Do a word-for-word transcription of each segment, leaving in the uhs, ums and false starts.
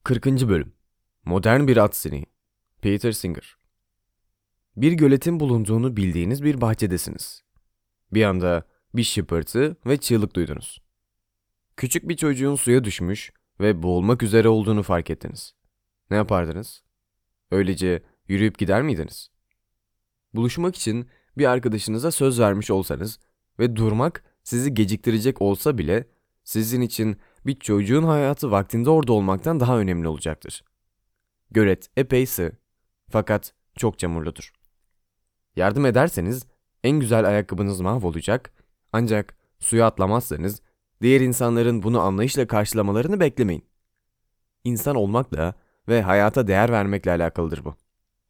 kırkıncı. Bölüm. Modern bir at sineği. Peter Singer. Bir göletin bulunduğunu bildiğiniz bir bahçedesiniz. Bir anda bir şıpırtı ve çığlık duydunuz. Küçük bir çocuğun suya düşmüş ve boğulmak üzere olduğunu fark ettiniz. Ne yapardınız? Öylece yürüyüp gider miydiniz? Buluşmak için bir arkadaşınıza söz vermiş olsanız ve durmak sizi geciktirecek olsa bile sizin için bir çocuğun hayatı vaktinde orada olmaktan daha önemli olacaktır. Gölet epey sığ, fakat çok çamurludur. Yardım ederseniz en güzel ayakkabınız mahvolacak, ancak suya atlamazsanız diğer insanların bunu anlayışla karşılamalarını beklemeyin. İnsan olmakla ve hayata değer vermekle alakalıdır bu.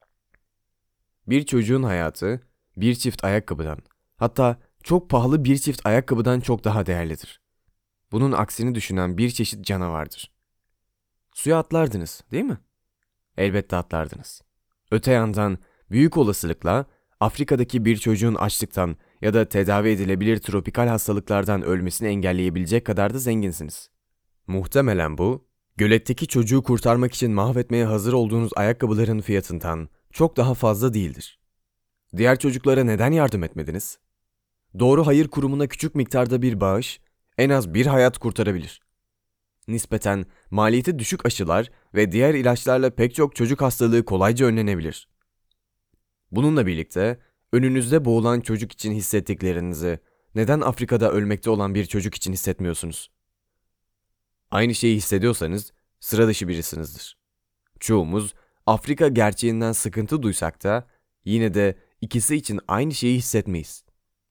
Bir çocuğun hayatı bir çift ayakkabıdan, hatta çok pahalı bir çift ayakkabıdan çok daha değerlidir. Bunun aksini düşünen bir çeşit canavardır. Suya atlardınız, değil mi? Elbette atlardınız. Öte yandan büyük olasılıkla Afrika'daki bir çocuğun açlıktan ya da tedavi edilebilir tropikal hastalıklardan ölmesini engelleyebilecek kadar da zenginsiniz. Muhtemelen bu, göletteki çocuğu kurtarmak için mahvetmeye hazır olduğunuz ayakkabıların fiyatından çok daha fazla değildir. Diğer çocuklara neden yardım etmediniz? Doğru Hayır Kurumu'na küçük miktarda bir bağış en az bir hayat kurtarabilir. Nispeten maliyeti düşük aşılar ve diğer ilaçlarla pek çok çocuk hastalığı kolayca önlenebilir. Bununla birlikte önünüzde boğulan çocuk için hissettiklerinizi neden Afrika'da ölmekte olan bir çocuk için hissetmiyorsunuz? Aynı şeyi hissediyorsanız sıra dışı birisinizdir. Çoğumuz Afrika gerçeğinden sıkıntı duysak da yine de ikisi için aynı şeyi hissetmeyiz.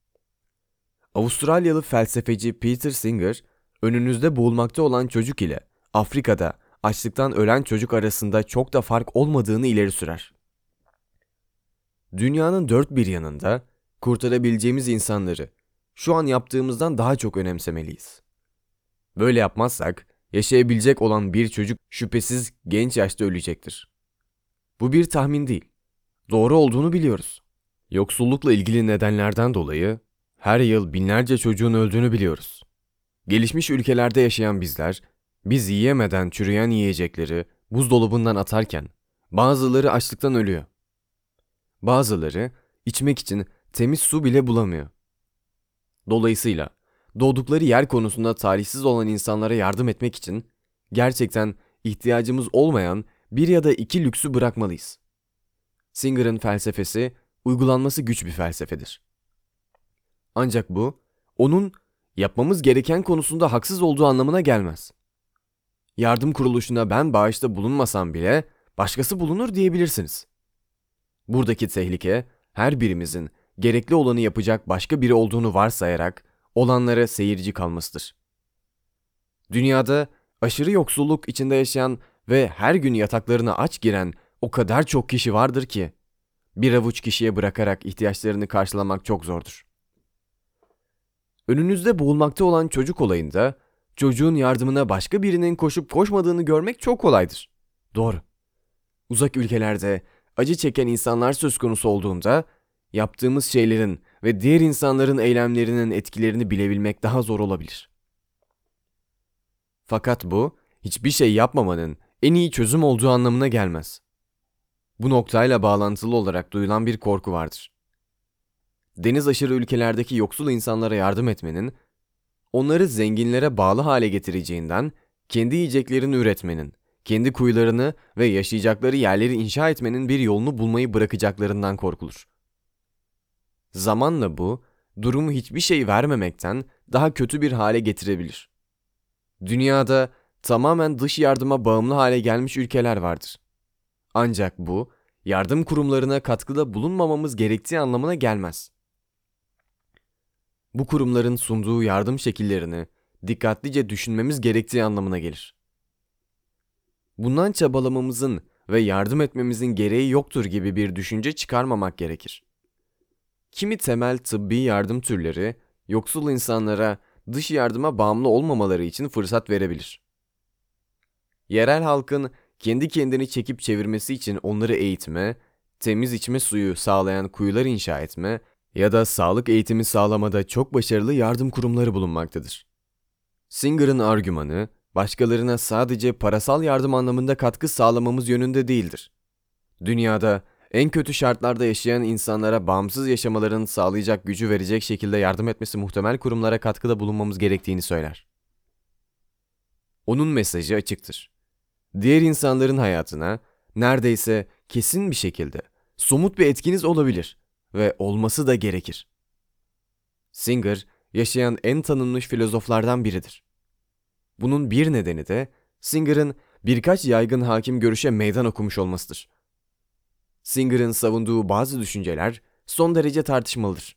Avustralyalı felsefeci Peter Singer, önünüzde boğulmakta olan çocuk ile Afrika'da açlıktan ölen çocuk arasında çok da fark olmadığını ileri sürer. Dünyanın dört bir yanında kurtarabileceğimiz insanları şu an yaptığımızdan daha çok önemsemeliyiz. Böyle yapmazsak yaşayabilecek olan bir çocuk şüphesiz genç yaşta ölecektir. Bu bir tahmin değil. Doğru olduğunu biliyoruz. Yoksullukla ilgili nedenlerden dolayı her yıl binlerce çocuğun öldüğünü biliyoruz. Gelişmiş ülkelerde yaşayan bizler, biz yiyemeden çürüyen yiyecekleri buzdolabından atarken bazıları açlıktan ölüyor. Bazıları içmek için temiz su bile bulamıyor. Dolayısıyla doğdukları yer konusunda talihsiz olan insanlara yardım etmek için gerçekten ihtiyacımız olmayan bir ya da iki lüksü bırakmalıyız. Singer'ın felsefesi uygulanması güç bir felsefedir. Ancak bu, onun yapmamız gereken konusunda haksız olduğu anlamına gelmez. Yardım kuruluşuna ben bağışta bulunmasam bile başkası bulunur diyebilirsiniz. Buradaki tehlike, her birimizin gerekli olanı yapacak başka biri olduğunu varsayarak olanlara seyirci kalmasıdır. Dünyada aşırı yoksulluk içinde yaşayan ve her gün yataklarına aç giren o kadar çok kişi vardır ki, bir avuç kişiye bırakarak ihtiyaçlarını karşılamak çok zordur. Önünüzde boğulmakta olan çocuk olayında, çocuğun yardımına başka birinin koşup koşmadığını görmek çok kolaydır. Doğru. Uzak ülkelerde acı çeken insanlar söz konusu olduğunda, yaptığımız şeylerin ve diğer insanların eylemlerinin etkilerini bilebilmek daha zor olabilir. Fakat bu, hiçbir şey yapmamanın en iyi çözüm olduğu anlamına gelmez. Bu noktayla bağlantılı olarak duyulan bir korku vardır. Deniz aşırı ülkelerdeki yoksul insanlara yardım etmenin, onları zenginlere bağlı hale getireceğinden, kendi yiyeceklerini üretmenin, kendi kuyularını ve yaşayacakları yerleri inşa etmenin bir yolunu bulmayı bırakacaklarından korkulur. Zamanla bu, durumu hiçbir şey vermemekten daha kötü bir hale getirebilir. Dünyada tamamen dış yardıma bağımlı hale gelmiş ülkeler vardır. Ancak bu, yardım kurumlarına katkıda bulunmamamız gerektiği anlamına gelmez. Bu kurumların sunduğu yardım şekillerini dikkatlice düşünmemiz gerektiği anlamına gelir. Bundan çabalamamızın ve yardım etmemizin gereği yoktur gibi bir düşünce çıkarmamak gerekir. Kimi temel tıbbi yardım türleri yoksul insanlara dış yardıma bağımlı olmamaları için fırsat verebilir. Yerel halkın kendi kendini çekip çevirmesi için onları eğitme, temiz içme suyu sağlayan kuyular inşa etme ya da sağlık eğitimi sağlamada çok başarılı yardım kurumları bulunmaktadır. Singer'ın argümanı, başkalarına sadece parasal yardım anlamında katkı sağlamamız yönünde değildir. Dünyada en kötü şartlarda yaşayan insanlara bağımsız yaşamalarını sağlayacak gücü verecek şekilde yardım etmesi muhtemel kurumlara katkıda bulunmamız gerektiğini söyler. Onun mesajı açıktır. Diğer insanların hayatına neredeyse kesin bir şekilde somut bir etkiniz olabilir ve olması da gerekir. Singer, yaşayan en tanınmış filozoflardan biridir. Bunun bir nedeni de Singer'ın birkaç yaygın hakim görüşe meydan okumuş olmasıdır. Singer'ın savunduğu bazı düşünceler son derece tartışmalıdır.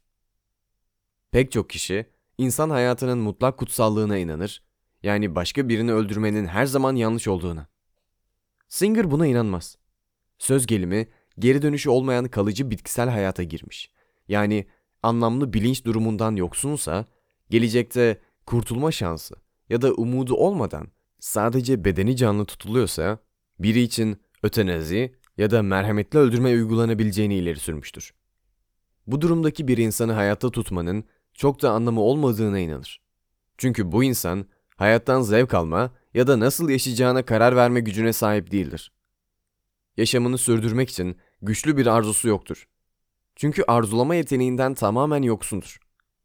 Pek çok kişi insan hayatının mutlak kutsallığına inanır, yani başka birini öldürmenin her zaman yanlış olduğuna. Singer buna inanmaz. Söz gelimi geri dönüşü olmayan kalıcı bitkisel hayata girmiş. Yani anlamlı bilinç durumundan yoksunsa, gelecekte kurtulma şansı ya da umudu olmadan sadece bedeni canlı tutuluyorsa, biri için ötenazi ya da merhametli öldürme uygulanabileceğini ileri sürmüştür. Bu durumdaki bir insanı hayatta tutmanın çok da anlamı olmadığına inanır. Çünkü bu insan hayattan zevk alma ya da nasıl yaşayacağına karar verme gücüne sahip değildir. Yaşamını sürdürmek için güçlü bir arzusu yoktur. Çünkü arzulama yeteneğinden tamamen yoksundur.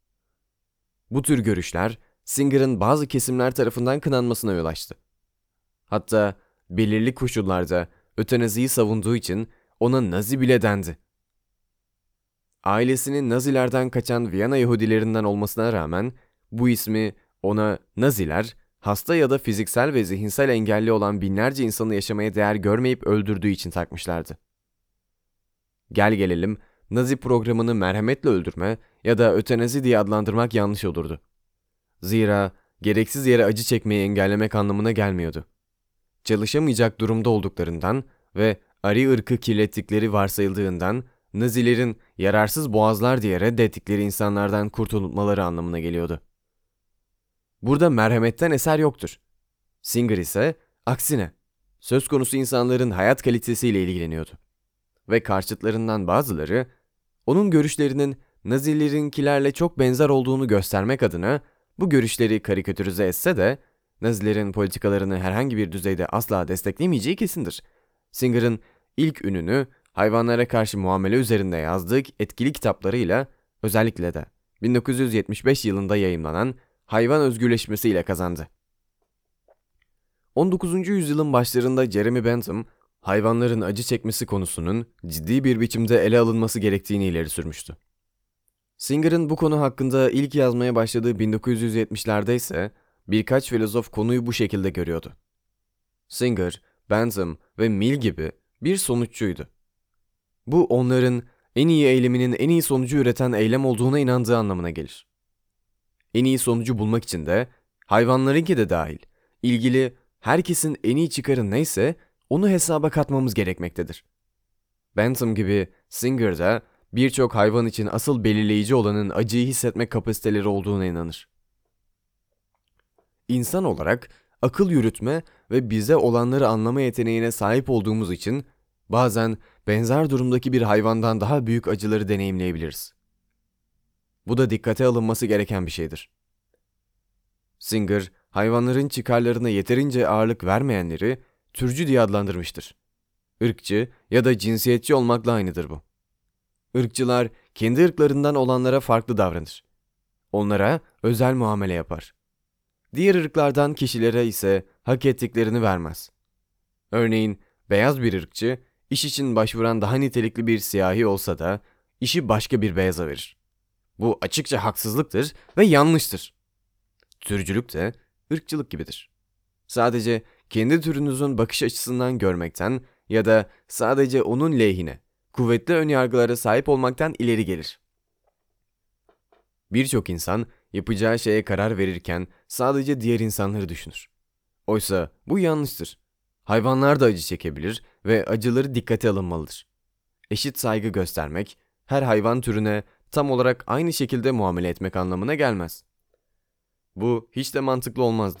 Bu tür görüşler Singer'ın bazı kesimler tarafından kınanmasına yol açtı. Hatta belirli koşullarda ötenaziyi savunduğu için ona Nazi bile dendi. Ailesinin Nazilerden kaçan Viyana Yahudilerinden olmasına rağmen bu ismi ona Naziler, hasta ya da fiziksel ve zihinsel engelli olan binlerce insanı yaşamaya değer görmeyip öldürdüğü için takmışlardı. Gel gelelim, Nazi programını merhametle öldürme ya da ötenazi diye adlandırmak yanlış olurdu. Zira gereksiz yere acı çekmeyi engellemek anlamına gelmiyordu. Çalışamayacak durumda olduklarından ve Ari ırkı kirlettikleri varsayıldığından Nazilerin yararsız boğazlar diye reddettikleri insanlardan kurtulmaları anlamına geliyordu. Burada merhametten eser yoktur. Singer ise aksine söz konusu insanların hayat kalitesiyle ilgileniyordu. Ve karşıtlarından bazıları onun görüşlerinin Nazilerinkilerle çok benzer olduğunu göstermek adına bu görüşleri karikatürize etse de Nazilerin politikalarını herhangi bir düzeyde asla desteklemeyeceği kesindir. Singer'ın ilk ününü hayvanlara karşı muamele üzerinde yazdığı etkili kitaplarıyla, özellikle de bin dokuz yüz yetmiş beş yılında yayımlanan Hayvan Özgürleşmesi ile kazandı. on dokuzuncu yüzyılın başlarında Jeremy Bentham, hayvanların acı çekmesi konusunun ciddi bir biçimde ele alınması gerektiğini ileri sürmüştü. Singer'ın bu konu hakkında ilk yazmaya başladığı bin dokuz yüz yetmişlerde ise birkaç filozof konuyu bu şekilde görüyordu. Singer, Bentham ve Mill gibi bir sonuççuydu. Bu onların en iyi eyleminin en iyi sonucu üreten eylem olduğuna inandığı anlamına gelir. En iyi sonucu bulmak için de hayvanlarınki de dahil, ilgili herkesin en iyi çıkarı neyse onu hesaba katmamız gerekmektedir. Bentham gibi Singer de birçok hayvan için asıl belirleyici olanın acıyı hissetme kapasiteleri olduğuna inanır. İnsan olarak akıl yürütme ve bize olanları anlama yeteneğine sahip olduğumuz için bazen benzer durumdaki bir hayvandan daha büyük acıları deneyimleyebiliriz. Bu da dikkate alınması gereken bir şeydir. Singer, hayvanların çıkarlarına yeterince ağırlık vermeyenleri türcü diye adlandırmıştır. Irkçı ya da cinsiyetçi olmakla aynıdır bu. Irkçılar kendi ırklarından olanlara farklı davranır. Onlara özel muamele yapar. Diğer ırklardan kişilere ise hak ettiklerini vermez. Örneğin beyaz bir ırkçı, iş için başvuran daha nitelikli bir siyahi olsa da işi başka bir beyaza verir. Bu açıkça haksızlıktır ve yanlıştır. Türcülük de ırkçılık gibidir. Sadece kendi türünüzün bakış açısından görmekten ya da sadece onun lehine, kuvvetli önyargılara sahip olmaktan ileri gelir. Birçok insan yapacağı şeye karar verirken sadece diğer insanları düşünür. Oysa bu yanlıştır. Hayvanlar da acı çekebilir ve acıları dikkate alınmalıdır. Eşit saygı göstermek, her hayvan türüne tam olarak aynı şekilde muamele etmek anlamına gelmez. Bu hiç de mantıklı olmazdı.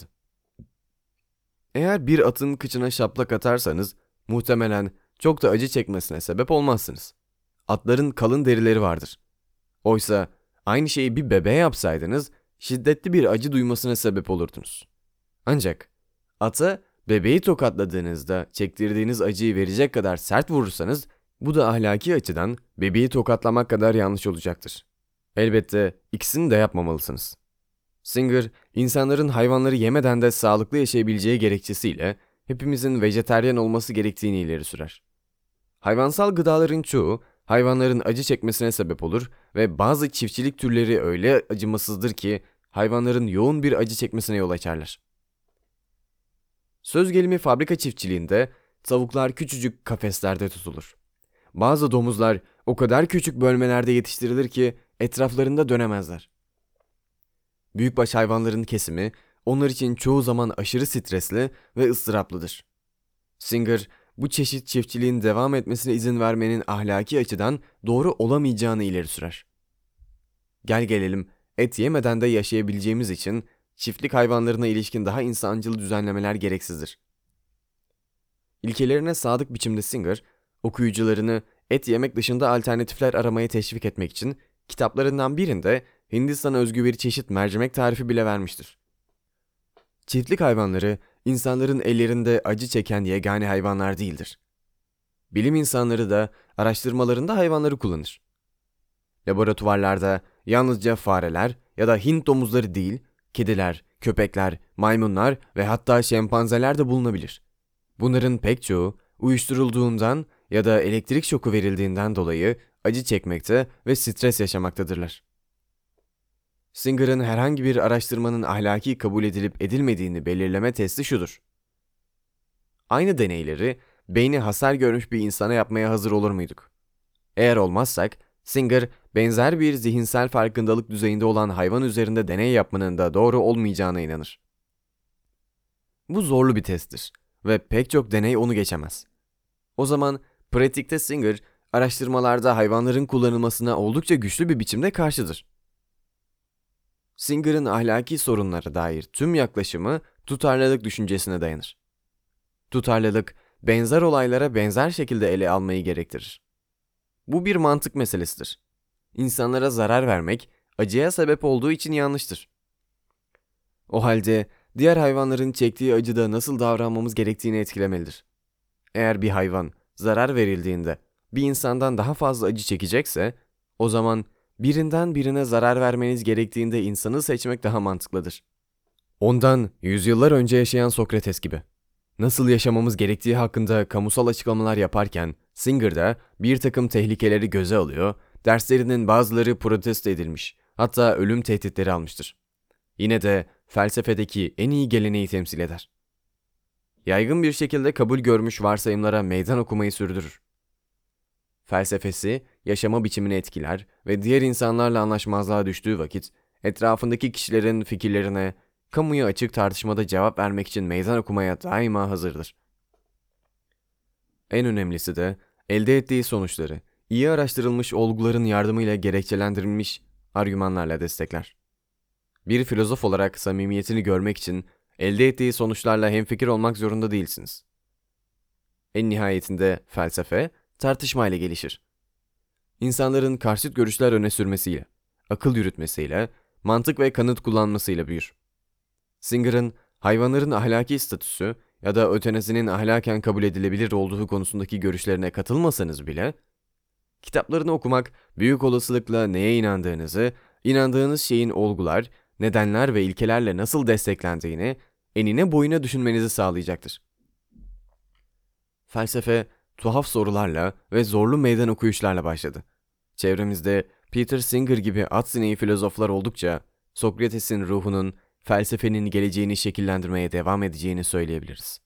Eğer bir atın kıçına şaplak atarsanız, muhtemelen çok da acı çekmesine sebep olmazsınız. Atların kalın derileri vardır. Oysa aynı şeyi bir bebeğe yapsaydınız, şiddetli bir acı duymasına sebep olurdunuz. Ancak Ata bebeği tokatladığınızda çektirdiğiniz acıyı verecek kadar sert vurursanız bu da ahlaki açıdan bebeği tokatlamak kadar yanlış olacaktır. Elbette ikisini de yapmamalısınız. Singer, insanların hayvanları yemeden de sağlıklı yaşayabileceği gerekçesiyle hepimizin vejeteryan olması gerektiğini ileri sürer. Hayvansal gıdaların çoğu hayvanların acı çekmesine sebep olur ve bazı çiftçilik türleri öyle acımasızdır ki hayvanların yoğun bir acı çekmesine yol açarlar. Söz gelimi fabrika çiftçiliğinde tavuklar küçücük kafeslerde tutulur. Bazı domuzlar o kadar küçük bölmelerde yetiştirilir ki etraflarında dönemezler. Büyükbaş hayvanların kesimi onlar için çoğu zaman aşırı stresli ve ıstıraplıdır. Singer, bu çeşit çiftçiliğin devam etmesine izin vermenin ahlaki açıdan doğru olamayacağını ileri sürer. Gel gelelim, et yemeden de yaşayabileceğimiz için çiftlik hayvanlarına ilişkin daha insancıl düzenlemeler gereksizdir. İlkelerine sadık biçimde Singer, okuyucularını et yemek dışında alternatifler aramaya teşvik etmek için kitaplarından birinde Hindistan'a özgü bir çeşit mercimek tarifi bile vermiştir. Çiftlik hayvanları, insanların ellerinde acı çeken yegane hayvanlar değildir. Bilim insanları da araştırmalarında hayvanları kullanır. Laboratuvarlarda yalnızca fareler ya da Hint domuzları değil, kediler, köpekler, maymunlar ve hatta şempanzeler de bulunabilir. Bunların pek çoğu uyuşturulduğundan ya da elektrik şoku verildiğinden dolayı acı çekmekte ve stres yaşamaktadırlar. Singer'ın herhangi bir araştırmanın ahlaki kabul edilip edilmediğini belirleme testi şudur. Aynı deneyleri beyni hasar görmüş bir insana yapmaya hazır olur muyduk? Eğer olmazsak, Singer benzer bir zihinsel farkındalık düzeyinde olan hayvan üzerinde deney yapmanın da doğru olmayacağına inanır. Bu zorlu bir testtir ve pek çok deney onu geçemez. O zaman pratikte Singer, araştırmalarda hayvanların kullanılmasına oldukça güçlü bir biçimde karşıdır. Singer'ın ahlaki sorunlara dair tüm yaklaşımı tutarlılık düşüncesine dayanır. Tutarlılık, benzer olaylara benzer şekilde ele almayı gerektirir. Bu bir mantık meselesidir. İnsanlara zarar vermek, acıya sebep olduğu için yanlıştır. O halde diğer hayvanların çektiği acıda nasıl davranmamız gerektiğini etkilemelidir. Eğer bir hayvan zarar verildiğinde bir insandan daha fazla acı çekecekse, o zaman birinden birine zarar vermeniz gerektiğinde insanı seçmek daha mantıklıdır. Ondan yüzyıllar önce yaşayan Sokrates gibi. Nasıl yaşamamız gerektiği hakkında kamusal açıklamalar yaparken Singer de bir takım tehlikeleri göze alıyor, derslerinin bazıları protesto edilmiş, hatta ölüm tehditleri almıştır. Yine de felsefedeki en iyi geleneği temsil eder. Yaygın bir şekilde kabul görmüş varsayımlara meydan okumayı sürdürür. Felsefesi, yaşama biçimini etkiler ve diğer insanlarla anlaşmazlığa düştüğü vakit, etrafındaki kişilerin fikirlerine, kamuya açık tartışmada cevap vermek için meydan okumaya daima hazırdır. En önemlisi de, elde ettiği sonuçları, iyi araştırılmış olguların yardımıyla gerekçelendirilmiş argümanlarla destekler. Bir filozof olarak samimiyetini görmek için, elde ettiği sonuçlarla hemfikir olmak zorunda değilsiniz. En nihayetinde felsefe, tartışmayla gelişir. İnsanların karşıt görüşler öne sürmesiyle, akıl yürütmesiyle, mantık ve kanıt kullanmasıyla büyür. Singer'ın hayvanların ahlaki statüsü ya da ötenazinin ahlaken kabul edilebilir olduğu konusundaki görüşlerine katılmasanız bile, kitaplarını okumak büyük olasılıkla neye inandığınızı, inandığınız şeyin olgular, nedenler ve ilkelerle nasıl desteklendiğini enine boyuna düşünmenizi sağlayacaktır. Felsefe, tuhaf sorularla ve zorlu meydan okuyuşlarla başladı. Çevremizde Peter Singer gibi at sineği filozoflar oldukça Sokrates'in ruhunun felsefenin geleceğini şekillendirmeye devam edeceğini söyleyebiliriz.